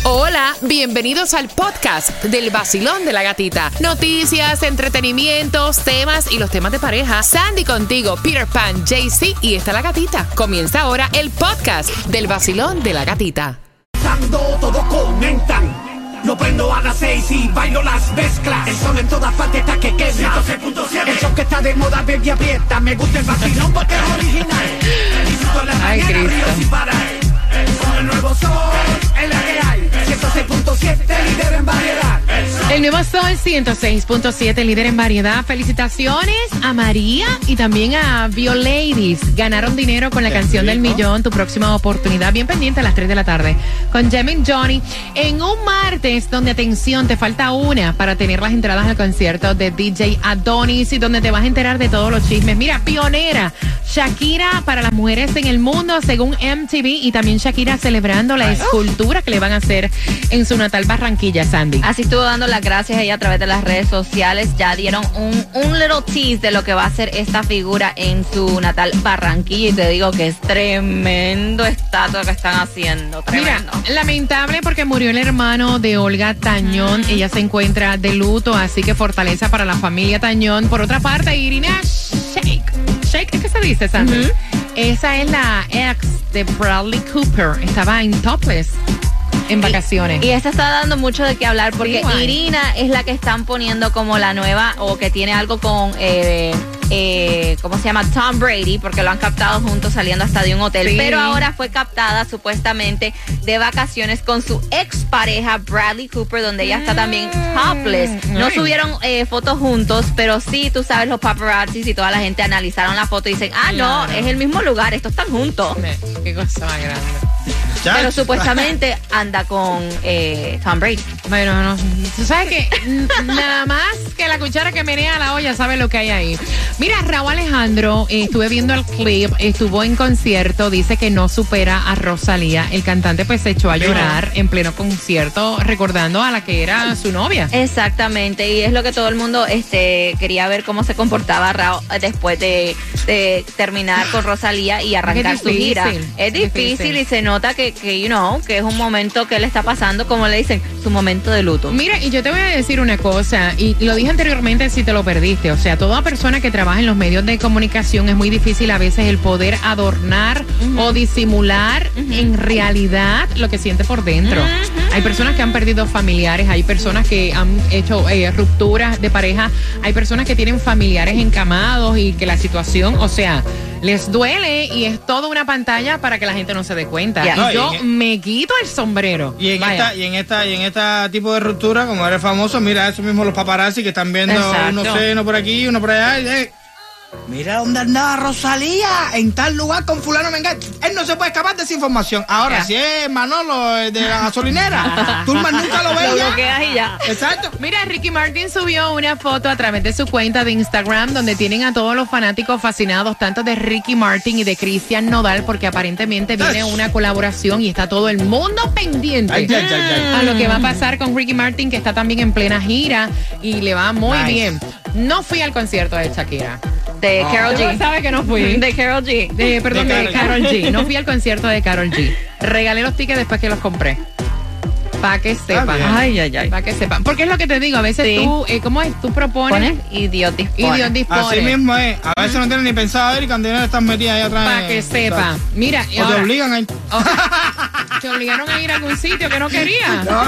Hola, bienvenidos al podcast del Vacilón de la Gatita. Noticias, entretenimientos, temas y los temas de pareja. Sandy contigo, Peter Pan, JC y está la gatita. Comienza ahora el podcast del Vacilón de la Gatita. Todos comentan. Lo prendo a las 6 y bailo las mezclas. El sol en todas partes está que quema. 106.7. El show que está de moda, baby, aprieta. Me gusta el vacilón porque es original. Disfruto la mañana, río sin parar. Con el nuevo sol, es la que hay. 106.7, líder en variedad. El nuevo Sol 106.7, líder en variedad. Felicitaciones a María y también a Violadies. Ganaron dinero con la canción del millón. Tu próxima oportunidad, bien pendiente a las 3 de la tarde. Con Jem Johnny. En un martes donde, atención, te falta una para tener las entradas al concierto de DJ Adonis y donde te vas a enterar de todos los chismes. Mira, pionera. Shakira para las mujeres en el mundo, según MTV. Y también Shakira celebrando la escultura que le van a hacer en su natal Barranquilla, Sandy. Así estuvo dando las gracias a ella a través de las redes sociales. Ya dieron un little tease de lo que va a ser esta figura en su natal Barranquilla. Y te digo que es tremendo estatua que están haciendo. Tremendo. Mira, lamentable porque murió el hermano de Olga Tañón. Ella se encuentra de luto, así que fortaleza para la familia Tañón. Por otra parte, Irina Shayk, ¿qué se dice, Sandy? Esa es la ex de Bradley Cooper. Estaba en topless en vacaciones. Y esta está dando mucho de qué hablar porque sí, Irina es la que están poniendo como la nueva o que tiene algo con ¿cómo se llama? Tom Brady, porque lo han captado juntos saliendo hasta de un hotel. Sí. Pero ahora fue captada supuestamente de vacaciones con su expareja Bradley Cooper, donde ella está también topless. No subieron fotos juntos, pero sí, tú sabes, los paparazzis y toda la gente analizaron la foto y dicen, no, es el mismo lugar, estos están juntos. Qué cosa más grande. Pero supuestamente anda con Tom Brady. Bueno, no, tú sabes que nada más que la cuchara que menea la olla sabe lo que hay ahí. Mira, Raúl Alejandro, estuve viendo el clip, estuvo en concierto, dice que no supera a Rosalía. El cantante pues se echó a llorar en pleno concierto recordando a la que era su novia. Exactamente, y es lo que todo el mundo quería ver cómo se comportaba Raúl después de terminar con Rosalía y arrancar su gira. Es difícil y se nota que es un momento que él está pasando, como le dicen, su momento de luto. Mira, y yo te voy a decir una cosa, y lo dije anteriormente si te lo perdiste, o sea, toda persona que trabaja en los medios de comunicación es muy difícil a veces el poder adornar o disimular en realidad lo que siente por dentro. Hay personas que han perdido familiares, hay personas que han hecho rupturas de pareja, hay personas que tienen familiares encamados y que la situación, o sea, les duele y es toda una pantalla para que la gente no se dé cuenta. Yeah. Y yo me quito el sombrero. Y en esta tipo de ruptura, como eres famoso, mira eso mismo los paparazzi que están viendo uno por aquí, uno por allá. Mira dónde andaba Rosalía, en tal lugar con fulano Mengán. Él no se puede escapar de esa información. Ahora, si es Manolo de la gasolinera, tú más nunca lo ves. Lo bloqueas y ya. Exacto. Mira, Ricky Martin subió una foto a través de su cuenta de Instagram donde tienen a todos los fanáticos fascinados, tanto de Ricky Martin y de Cristian Nodal, porque aparentemente viene una colaboración y está todo el mundo pendiente a lo que va a pasar con Ricky Martin, que está también en plena gira y le va muy bien. No fui al concierto de Shakira. De Karol G. ¿Sabes que no fui? De Karol G. De Karol G. No fui al concierto de Karol G. Regalé los tickets después que los compré. Para que sepan. Ay. Para que sepan. Porque es lo que te digo, a veces tú, ¿cómo es? Tú propones. Idiot dispone. Así mismo es. A veces no tienes ni pensado a ver y cuando estás metida ahí atrás. Para que sepa. Mira. O ahora, te obligan a ir. Te obligaron a ir a algún sitio que no quería. No.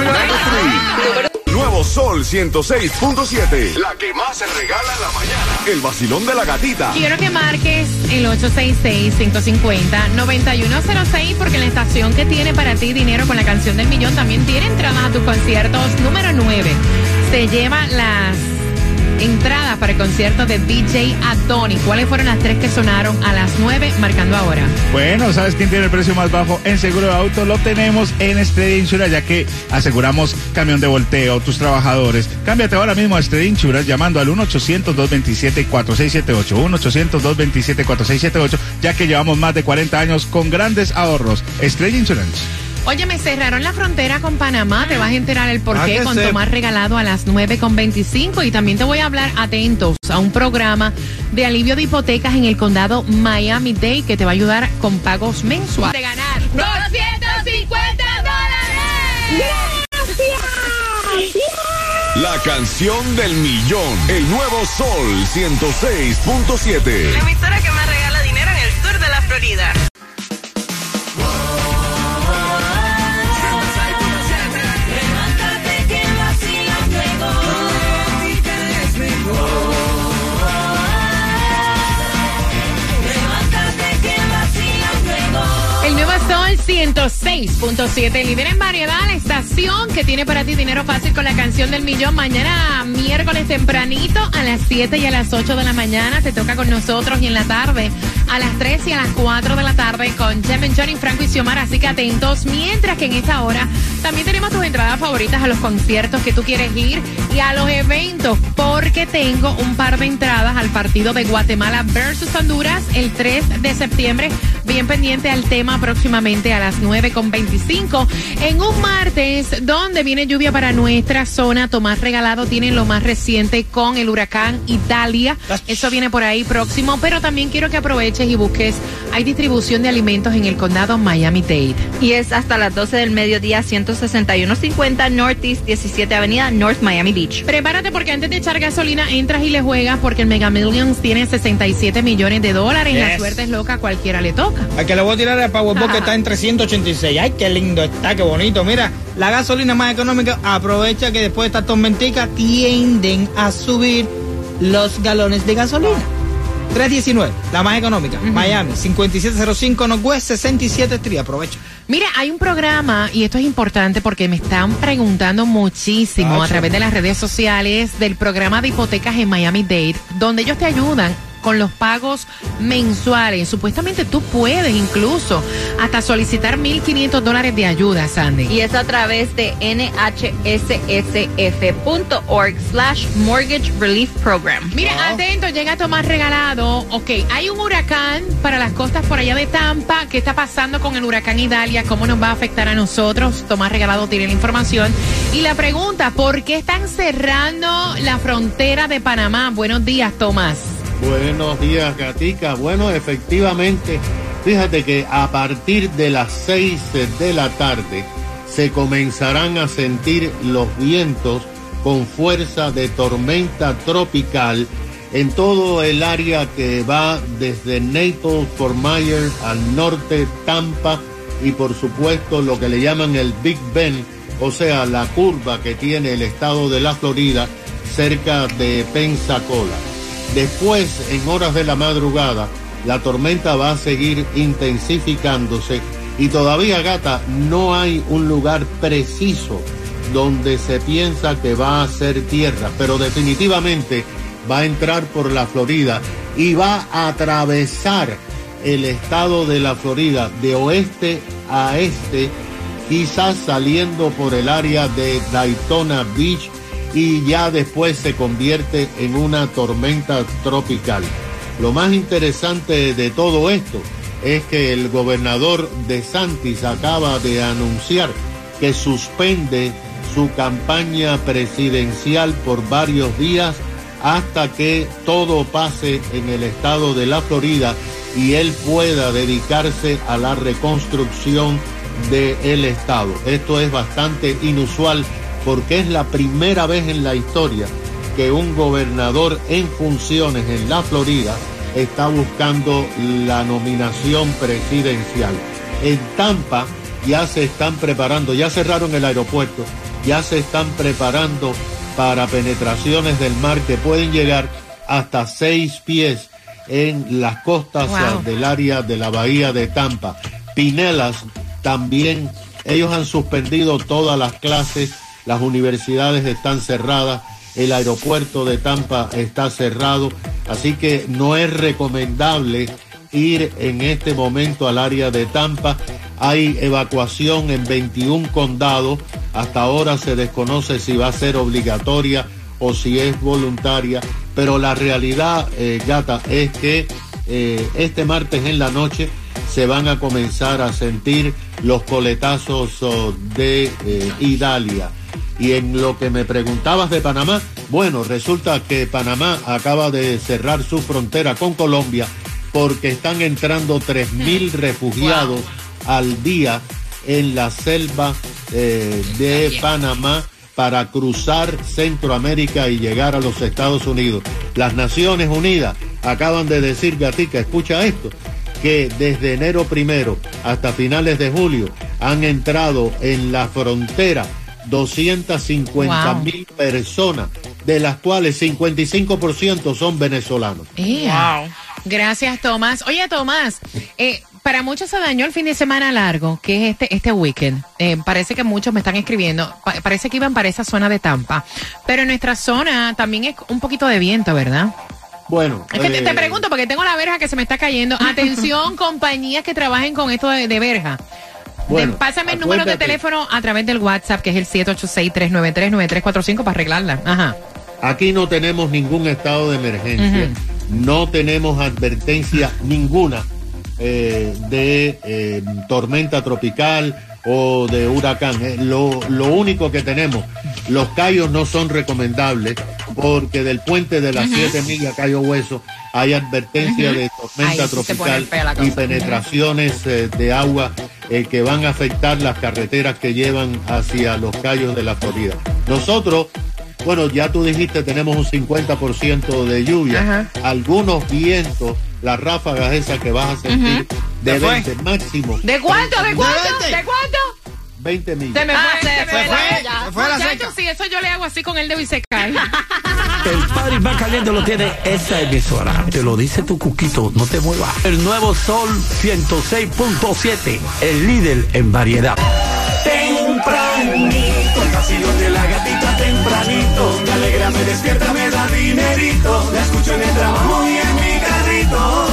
Nuevo Sol 106.7. La que más se regala en la mañana. El vacilón de la gatita. Quiero que marques el 866-550-9106 porque la estación que tiene para ti dinero con la canción del millón también tiene entradas a tus conciertos. Número 9. Se lleva las entradas para el concierto de DJ Adonis. ¿Cuáles fueron las 3 que sonaron a las 9? Marcando ahora. Bueno, ¿sabes quién tiene el precio más bajo en seguro de auto? Lo tenemos en Estrella Insurance, ya que aseguramos camión de volteo, tus trabajadores. Cámbiate ahora mismo a Estrella Insurance llamando al 1-800-227-4678. 1-800-227-4678, ya que llevamos más de 40 años con grandes ahorros. Estrella Insurance. Oye, me cerraron la frontera con Panamá. Te vas a enterar el porqué con Tomás Regalado a las 9:25. Y también te voy a hablar, atentos, a un programa de alivio de hipotecas en el condado Miami-Dade que te va a ayudar con pagos mensuales. De ganar $250. La canción del millón. El nuevo Sol 106.7. La emisora que más regala dinero en el sur de la Florida. El nuevo Sol 106.7, líder en variedad, la estación que tiene para ti dinero fácil con la canción del millón. Mañana, miércoles tempranito, a las 7 y a las 8 de la mañana, te toca con nosotros, y en la tarde, a las 3 y a las 4 de la tarde, con Jem, Johnny, Franco y Xiomara, así que atentos. Mientras que en esta hora también tenemos tus entradas favoritas a los conciertos que tú quieres ir y a los eventos, porque tengo un par de entradas al partido de Guatemala versus Honduras el 3 de septiembre. Bien pendiente al tema próximamente a las 9:25. En un martes donde viene lluvia para nuestra zona, Tomás Regalado tiene lo más reciente con el huracán Italia. Eso viene por ahí próximo, pero también quiero que aproveches y busques. Hay distribución de alimentos en el condado Miami-Dade. Y es hasta las 12 del mediodía, 16150 Northeast 17 Avenida, North Miami Beach. Prepárate, porque antes de echar gasolina entras y le juegas, porque el Mega Millions tiene $67 millones. Yes. La suerte es loca, cualquiera le toca. Al que le voy a tirar el Powerball que está en 386. Ay, qué lindo está, qué bonito. Mira, la gasolina más económica. Aprovecha que después de esta tormentica tienden a subir los galones de gasolina. 3.19, la más económica. Miami, 5705 Northwest 67 Street. Aprovecha. Mira, hay un programa, y esto es importante porque me están preguntando muchísimo a través de las redes sociales, del programa de hipotecas en Miami-Dade, donde ellos te ayudan con los pagos mensuales. Supuestamente tú puedes incluso hasta solicitar $1,500 de ayuda, Sandy. Y es a través de nhssf.org/Mortgage Relief Program. Mira, atento, llega Tomás Regalado. Ok, hay un huracán para las costas por allá de Tampa. ¿Qué está pasando con el huracán Idalia? ¿Cómo nos va a afectar a nosotros? Tomás Regalado tiene la información. Y la pregunta, ¿por qué están cerrando la frontera de Panamá? Buenos días, Tomás. Buenos días, Gatica. Bueno, efectivamente, fíjate que a partir de las 6 de la tarde se comenzarán a sentir los vientos con fuerza de tormenta tropical en todo el área que va desde Naples, Fort Myers, al norte, Tampa, y por supuesto lo que le llaman el Big Bend, o sea, la curva que tiene el estado de la Florida cerca de Pensacola. Después, en horas de la madrugada, la tormenta va a seguir intensificándose y todavía, Gata, no hay un lugar preciso donde se piensa que va a ser tierra, pero definitivamente va a entrar por la Florida y va a atravesar el estado de la Florida de oeste a este, quizás saliendo por el área de Daytona Beach, y ya después se convierte en una tormenta tropical. Lo más interesante de todo esto es que el gobernador DeSantis acaba de anunciar que suspende su campaña presidencial por varios días hasta que todo pase en el estado de la Florida y él pueda dedicarse a la reconstrucción del estado. Esto es bastante inusual, porque es la primera vez en la historia que un gobernador en funciones en la Florida está buscando la nominación presidencial. En Tampa ya se están preparando, ya cerraron el aeropuerto, ya se están preparando para penetraciones del mar que pueden llegar hasta 6 pies en las costas del área de la bahía de Tampa. Pinellas también, ellos han suspendido todas las clases. Las universidades están cerradas, el aeropuerto de Tampa está cerrado, así que no es recomendable ir en este momento al área de Tampa. Hay evacuación en 21 condados, hasta ahora se desconoce si va a ser obligatoria o si es voluntaria, pero la realidad, Gata, es que este martes en la noche se van a comenzar a sentir los coletazos de Idalia. Y en lo que me preguntabas de Panamá, bueno, resulta que Panamá acaba de cerrar su frontera con Colombia porque están entrando 3,000 refugiados al día en la selva de Panamá, para cruzar Centroamérica y llegar a los Estados Unidos. Las Naciones Unidas acaban de decir, Gatica, escucha esto, que desde enero 1 hasta finales de julio han entrado en la frontera 250,000 personas, de las cuales 55% son venezolanos. Wow. Gracias, Tomás. Oye, Tomás, para muchos se dañó el fin de semana largo, que es este weekend. Parece que muchos me están escribiendo. Parece que iban para esa zona de Tampa. Pero en nuestra zona también es un poquito de viento, ¿verdad? Bueno. Es que te pregunto porque tengo la verja que se me está cayendo. Atención, compañías que trabajen con esto de verja. Bueno, pásame el número de teléfono a través del WhatsApp, que es el 786-393-9345 para arreglarla. Ajá. Aquí no tenemos ningún estado de emergencia. No tenemos advertencia ninguna de tormenta tropical o de huracán. Lo único que tenemos, los Cayos no son recomendables porque del puente de las 7 millas Cayo Hueso hay advertencia de tormenta tropical y penetraciones de agua que van a afectar las carreteras que llevan hacia los Cayos de la Florida. Nosotros, bueno, ya tú dijiste, tenemos un 50% de lluvia, algunos vientos, las ráfagas esas que vas a sentir de 20 máximo. ¿De cuánto? ¿De cuánto? ¿De cuánto? 20 millas. Se me fue la seca. Sí, eso yo le hago así con el dedo y se cae. El party más caliente lo tiene esa emisora. Te lo dice tu cuquito, no te muevas. El nuevo Sol 106.7, el líder en variedad. Tempranito, el vacilón de la gatita tempranito. Me alegra, me despierta, me da dinerito. La escucho en el trabajo y en mi carrito.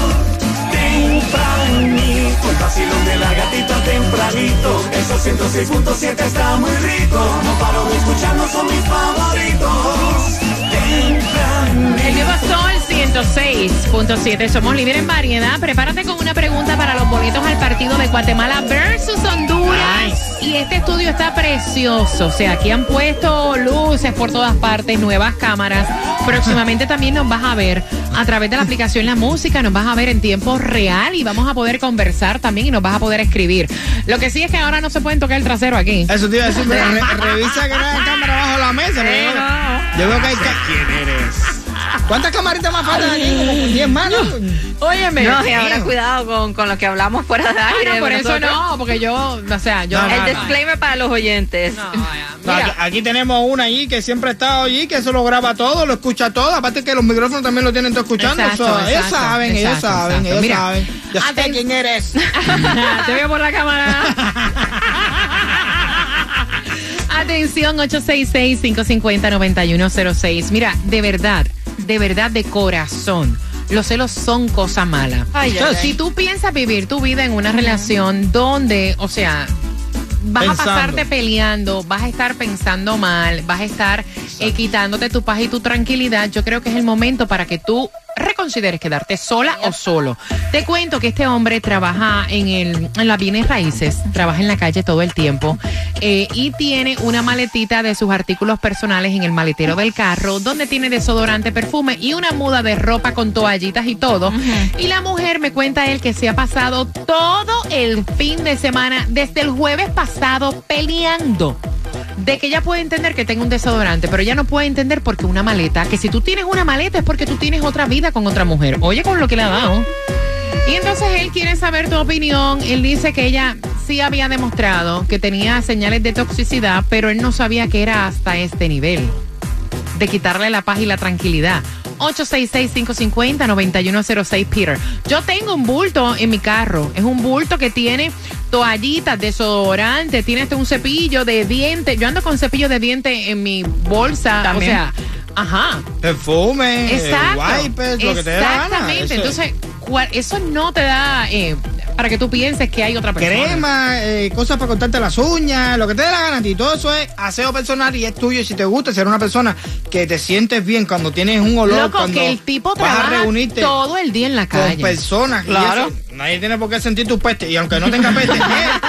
Tempranito, el vacilón de la gatita tempranito. Esos 106.7 está muy rico. No paro de escucharlo, son mis favoritos. Tempranito. El nuevo Sol 106.7. Somos líderes en variedad. Prepárate con una pregunta para los boletos al partido de Guatemala versus Honduras. Y este estudio está precioso. O sea, aquí han puesto luces por todas partes, nuevas cámaras. Próximamente también nos vas a ver a través de la aplicación La Música. Nos vas a ver en tiempo real y vamos a poder conversar también y nos vas a poder escribir. Lo que sí es que ahora no se pueden tocar el trasero aquí. Eso te iba a decir, pero revisa que no hay cámara bajo la mesa. Yo veo que hay ¿quién eres? ¿Cuántas camaritas más faltan aquí? ¿Como 10 manos? Óyeme. No, y ahora cuidado con lo que hablamos fuera de aire. No, por eso no, porque yo, o sea, yo... el disclaimer para los oyentes. Aquí tenemos una allí que siempre ha estado allí, que eso lo graba todo, lo escucha todo. Aparte que los micrófonos también lo tienen todo escuchando. Ellos saben. Ya sé quién eres. Te veo por la cámara. Atención, 866-550-9106. Mira, de verdad, de corazón, los celos son cosa mala. Si tú piensas vivir tu vida en una relación donde, o sea, vas a pasarte peleando, vas a estar pensando mal, vas a estar quitándote tu paz y tu tranquilidad, yo creo que es el momento para que tú reconsideres quedarte sola o solo. Te cuento que este hombre trabaja en las bienes raíces, trabaja en la calle todo el tiempo y tiene una maletita de sus artículos personales en el maletero del carro donde tiene desodorante, perfume y una muda de ropa con toallitas y todo. Y la mujer me cuenta él que se ha pasado todo el fin de semana desde el jueves pasado peleando. De que ella puede entender que tenga un desodorante, pero ella no puede entender porque una maleta, que si tú tienes una maleta es porque tú tienes otra vida con otra mujer. Oye, con lo que le ha dado. Y entonces él quiere saber tu opinión. Él dice que ella sí había demostrado que tenía señales de toxicidad, pero él no sabía que era hasta este nivel de quitarle la paz y la tranquilidad. 866-550-9106, Peter. Yo tengo un bulto en mi carro. Es un bulto que tiene toallitas, desodorante, tiene un cepillo de dientes. Yo ando con cepillo de dientes en mi bolsa. ¿También? O sea, perfume, wipes, lo que te dé la gana. Exactamente. Entonces, eso no te da para que tú pienses que hay otra persona. Crema, cosas para cortarte las uñas, lo que te dé la gana a ti. Todo eso es aseo personal y es tuyo. Y si te gusta ser una persona que te sientes bien cuando tienes un olor, loco, cuando que el tipo vas a reunirte todo el día en la calle con personas, claro. Y eso, nadie tiene por qué sentir tus pestes. Y aunque no tenga pestes,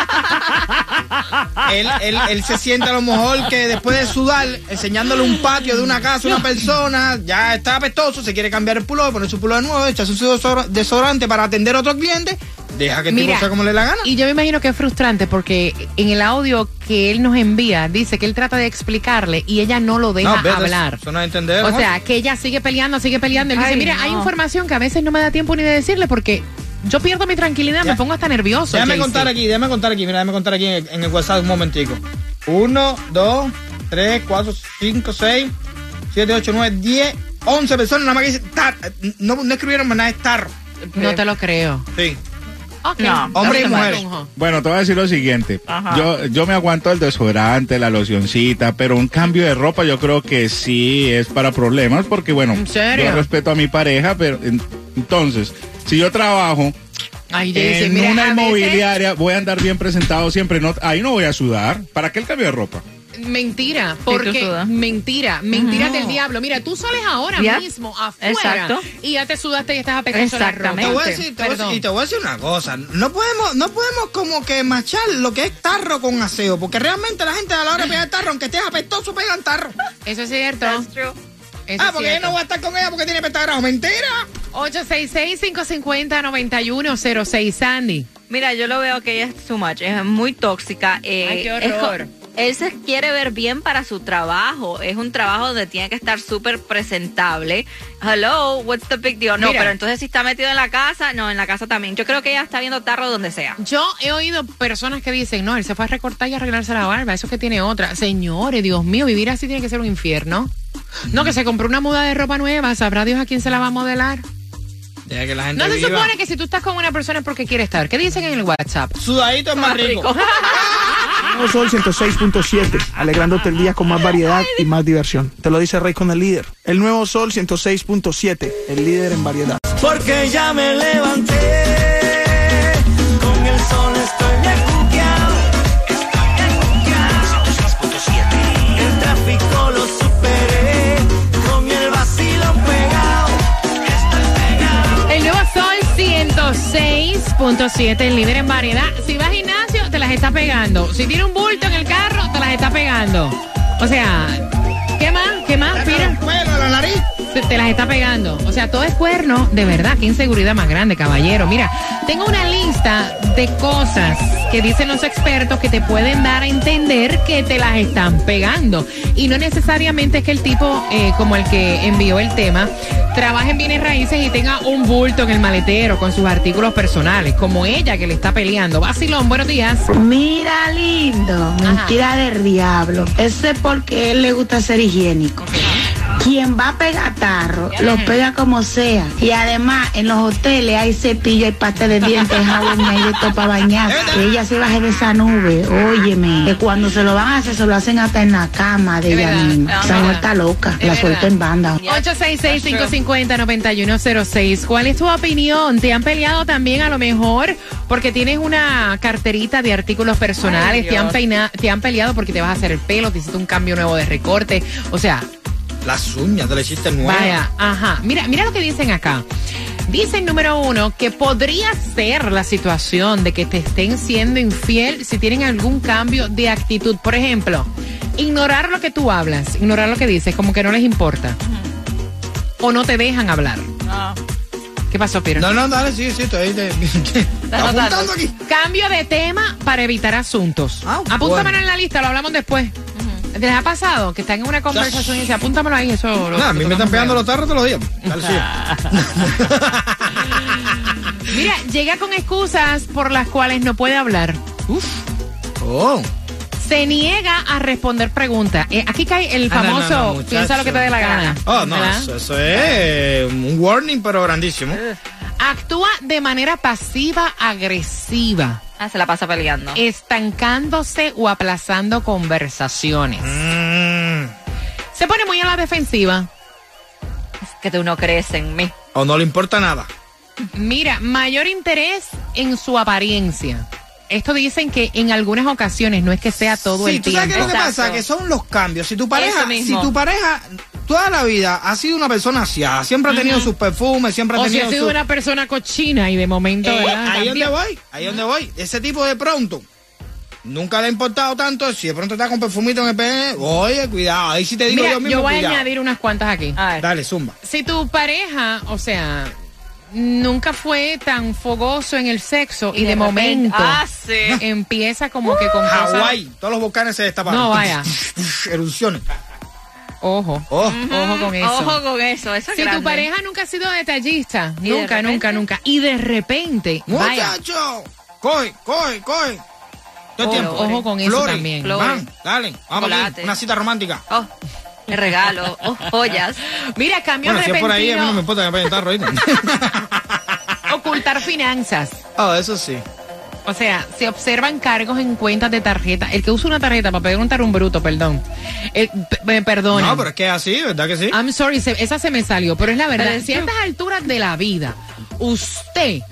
él se siente a lo mejor que después de sudar, enseñándole un patio de una casa a una persona, ya está apestoso, se quiere cambiar el pullover, poner su pullover nuevo, echarse su desodorante para atender a otro cliente deja que el tipo sea como le dé la gana. Y yo me imagino que es frustrante porque en el audio que él nos envía dice que él trata de explicarle y ella no lo deja hablar. Eso no es entender. O sea, que ella sigue peleando. Él dice, mira, hay información que a veces no me da tiempo ni de decirle porque yo pierdo mi tranquilidad, me pongo hasta nervioso. Déjame contar aquí, mira, déjame contar aquí en el WhatsApp un momentico. 1, 2, 3, 4, 5, 6, 7, 8, 9, 10, 11 personas nada más que dicen no escribieron más nada, es tarro. No te lo creo. Sí. Okay. No, hombre y mujer. Bueno, te voy a decir lo siguiente. Yo me aguanto el desodorante, la locioncita, pero un cambio de ropa yo creo que sí es para problemas porque, bueno, yo respeto a mi pareja, pero entonces, si yo trabajo en una inmobiliaria, voy a andar bien presentado siempre. Ahí no voy a sudar. ¿Para qué el cambio de ropa? Mentira, porque mentira del diablo. Mira, tú sales ahora mismo afuera y ya te sudaste y estás apestando la ropa. Te voy a decir una cosa. No podemos como que machar lo que es tarro con aseo, porque realmente la gente a la hora de pegar tarro, aunque estés apestoso, pegan tarro. Eso es cierto. Porque yo no voy a estar con ella porque tiene pestagrajo. Mentira. 866-550-9106, Sandy. Mira, yo lo veo que ella es too much, es muy tóxica. Ay, qué horror. Él se quiere ver bien para su trabajo. Es un trabajo donde tiene que estar súper presentable. Hello, what's the big deal? No, mira, pero entonces si está metido en la casa, no, en la casa también. Yo creo que ella está viendo tarro donde sea. Yo he oído personas que dicen, no, él se fue a recortar y a arreglarse la barba. Eso es que tiene otra. Señores, Dios mío, vivir así tiene que ser un infierno. No, que se compró una muda de ropa nueva. ¿Sabrá Dios a quién se la va a modelar? Que la gente no se viva. supone que si tú estás con una persona es porque quiere estar. ¿Qué dicen en el WhatsApp? Sudadito es más rico. Nuevo Sol 106.7, alegrándote el día con más variedad y más diversión. Te lo dice Rey con el líder. El Nuevo Sol 106.7, el líder en variedad. Porque ya me levanté, con el sol estoy bien cuqueado. El tráfico lo superé, con el vacilo pegado. El Nuevo Sol 106.7, el líder en variedad. Si vas al gimnasio, te las está pegando. Si tiene un bulto en el carro, te las está pegando. O sea, ¿qué más? Mira, la nariz. Te las está pegando. O sea, todo es cuerno. De verdad, qué inseguridad más grande, caballero. Mira, tengo una lista de cosas que dicen los expertos que te pueden dar a entender que te las están pegando. Y no necesariamente es que el tipo, como el que envió el tema, trabaje en bienes raíces y tenga un bulto en el maletero con sus artículos personales, como ella que le está peleando. Vacilón, buenos días. Mira, lindo, mentira del diablo. Ese es porque él le gusta ser higiénico. Quien va a pegar tarro, lo pega como sea. Y además, en los hoteles hay cepillo, hay pasta de dientes, jabón, hay de todo para bañarse. Que ella se baje de esa nube, óyeme. Que cuando se lo van a hacer, se lo hacen hasta en la cama de ella misma. Esa mujer está loca, la suelta en banda. 866-550-9106. ¿Cuál es tu opinión? ¿Te han peleado también a lo mejor porque tienes una carterita de artículos personales? ¿Te han peleado porque te vas a hacer el pelo? ¿Te hiciste un cambio nuevo de recorte? O sea... Las uñas te las hiciste nuevas. Vaya, Mira lo que dicen acá. Dicen, número 1, que podría ser la situación de que te estén siendo infiel si tienen algún cambio de actitud. Por ejemplo, ignorar lo que tú hablas, ignorar lo que dices, como que no les importa. O no te dejan hablar. ¿Qué pasó, Piro? No, dale, sí, estoy apuntando aquí. Cambio de tema para evitar asuntos. Apúntamelo en la lista, lo hablamos después. ¿Te les ha pasado que están en una conversación y dicen, apúntamelo ahí? Eso a mí me están pegando los tarros todos los días. Mira, llega con excusas por las cuales no puede hablar. Se niega a responder preguntas. Aquí cae el famoso, piensa lo que te dé la gana. Eso es un warning, pero grandísimo. Actúa de manera pasiva-agresiva. Se la pasa peleando. Estancándose o aplazando conversaciones. Se pone muy a la defensiva. Es que tú no crees en mí. O no le importa nada. Mira, mayor interés en su apariencia. Esto dicen que en algunas ocasiones, no es que sea todo el tiempo. ¿Tú sabes qué es lo que pasa? Que son los cambios. Si tu pareja toda la vida ha sido una persona aseada, siempre ha tenido sus perfumes, siempre ha tenido sido una persona cochina y de momento, ¿verdad? Ahí donde voy. Ese tipo de pronto nunca le ha importado tanto. Si de pronto está con perfumito en el pene, oye, cuidado. Ahí sí te digo. Mira, yo mismo, yo voy cuidado. a añadir unas cuantas aquí. Dale, zumba. Si tu pareja, o sea, nunca fue tan fogoso en el sexo y de momento empieza como que con Hawái, todos los volcanes se destaparon. No, vaya. Erupciones. Ojo con eso. Ojo con eso, eso es si grande. Tu pareja nunca ha sido detallista, nunca. Y de repente, muchacho, coge. Todo el tiempo. Ojo con eso también. Van, dale, vamos aquí, una cita romántica. El regalo, joyas. Mira, cambio repentino. Si es por ahí, a mí no me importa que me vayan a estar Ocultar finanzas. Eso sí. O sea, se observan cargos en cuentas de tarjeta. El que usa una tarjeta para preguntar un bruto, perdón. Me perdona. No, pero es que es así, ¿verdad que sí? I'm sorry, esa se me salió, pero es la verdad. Si a estas alturas de la vida, usted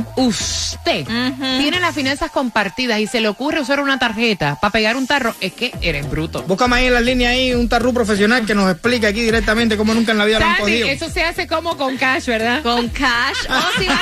tiene las finanzas compartidas y se le ocurre usar una tarjeta para pegar un tarro, es que eres bruto. Búscame ahí en la línea ahí un tarro profesional que nos explique aquí directamente cómo nunca en la vida lo han cogido. Eso se hace como con cash, ¿verdad? Con cash. O si vas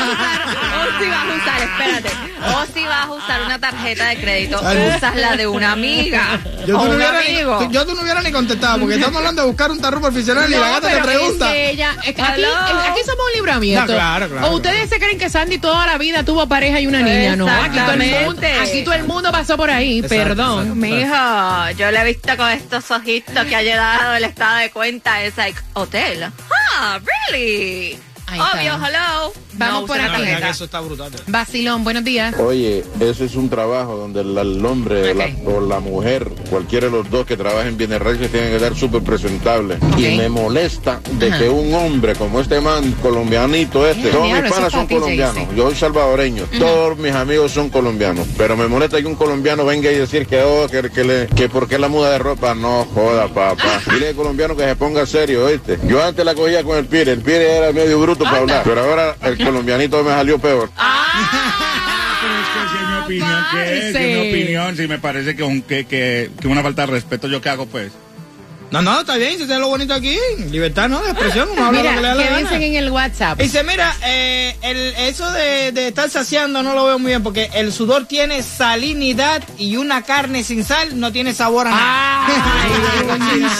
a usar una tarjeta de crédito, usas la de una amiga. Yo tú no hubiera ni contestado, porque estamos hablando de buscar un tarro profesional y la gata te pregunta. Es que aquí somos un libro abierto. No, claro. O ustedes se creen que Sandy toda la vida tuvo pareja y una niña, no. Aquí todo el mundo pasó por ahí, exacto, perdón. Mijo, yo le he visto con estos ojitos que ha llegado el estado de cuenta, es like, hotel. Really? Obvio, hello. Vamos por aquí. Eso está brutal. Vacilón, buenos días. Oye, eso es un trabajo donde el hombre o la mujer, cualquiera de los dos que trabajen bien raíces, tienen que estar súper presentables. Y me molesta de que un hombre como este man, colombianito todos mis panas son colombianos, yo soy salvadoreño, todos mis amigos son colombianos, pero me molesta que un colombiano venga y decir que por qué la muda de ropa. No joda, papá. Dile al colombiano que se ponga serio, ¿oíste? Yo antes la cogía con el Pire era medio bruto para hablar, pero ahora el colombianito me salió peor. Pero es que mi opinión, sí me parece que una falta de respeto. ¿Yo qué hago, pues? No, está bien, si es lo bonito aquí. Libertad, ¿no? De expresión, uno habla lo que le da la gana. Dicen en el WhatsApp. Dice, mira, eso de estar saciando no lo veo muy bien, porque el sudor tiene salinidad y una carne sin sal no tiene sabor a nada.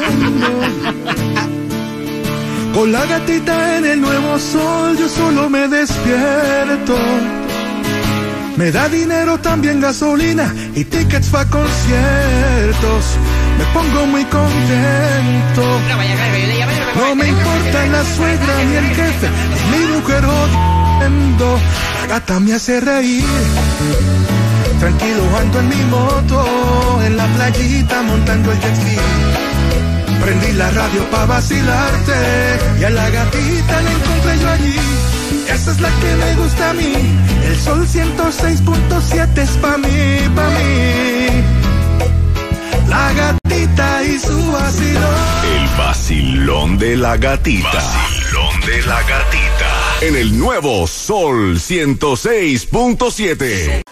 Con la gatita en el Nuevo Sol yo solo me despierto. Me da dinero, también gasolina y tickets pa' conciertos. Me pongo muy contento. No me importa la suegra ni el jefe, ni mi mujer jodiendo. La gata me hace reír. Tranquilo ando en mi moto, en la playita montando el jet ski. Prendí la radio pa' vacilarte y a la gatita la encontré yo allí. Esa es la que me gusta a mí. El Sol 106.7 es pa' mí. La gatita y su vacilón. El vacilón de la gatita. En el Nuevo Sol 106.7.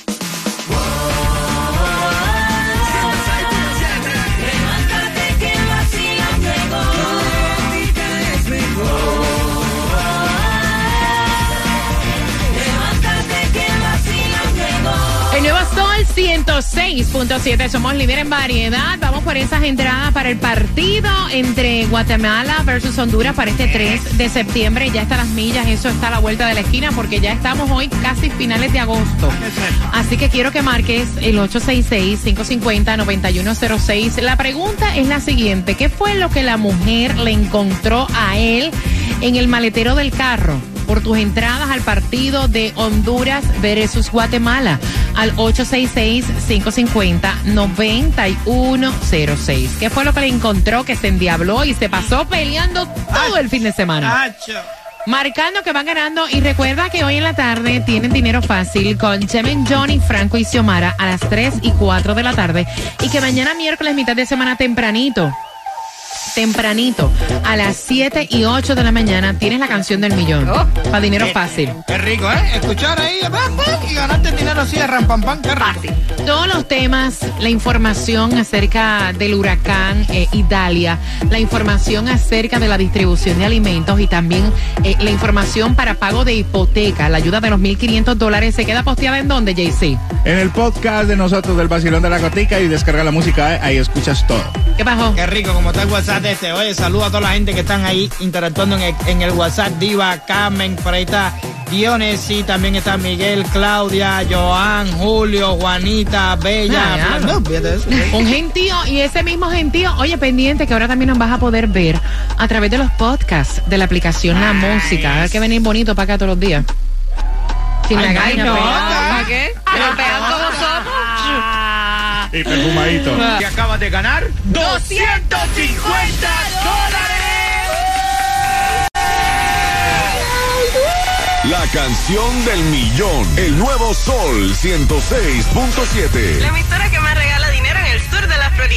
El Nuevo Sol 106.7, somos líder en variedad. Vamos por esas entradas para el partido entre Guatemala versus Honduras para este 3 de septiembre. Ya está a las millas, eso está a la vuelta de la esquina porque ya estamos hoy casi finales de agosto. Así que quiero que marques el 866-550-9106. La pregunta es la siguiente: ¿qué fue lo que la mujer le encontró a él en el maletero del carro por tus entradas al partido de Honduras versus Guatemala? Al 866-550-9106. ¿Qué fue lo que le encontró que se endiabló y se pasó peleando todo el fin de semana? Marcando que van ganando. Y recuerda que hoy en la tarde tienen dinero fácil con Chemen, Johnny, Franco y Xiomara a las 3 y 4 de la tarde. Y que mañana miércoles, mitad de semana, tempranito, a las 7 y 8 de la mañana, tienes la canción del millón. Para dinero fácil. Qué rico, ¿eh? Escuchar ahí y ganarte el dinero así de rampampán. Qué fácil. Todos los temas, la información acerca del huracán Idalia, la información acerca de la distribución de alimentos y también la información para pago de hipoteca, la ayuda de los $1,500, ¿se queda posteada en dónde, JC? En el podcast de nosotros del Vacilón de la Gatica, y descarga la música, ahí escuchas todo. ¿Qué pasó? Qué rico, como está el WhatsApp Este. Oye, saludo a toda la gente que están ahí interactuando en el WhatsApp. Diva, Carmen, por ahí está Dionesi, también está Miguel, Claudia, Joan, Julio, Juanita, Bella. Un gentío, y ese mismo gentío, oye, pendiente que ahora también nos vas a poder ver a través de los podcasts de la aplicación La Música. Hay que venir bonito para acá todos los días. Sin la gaina. ¿Para qué? Pero pegan como somos. Y perfumadito. Que acabas de ganar $250. La canción del millón. El nuevo Sol 106.7. La emisora que más regala dinero en el sur de la Florida.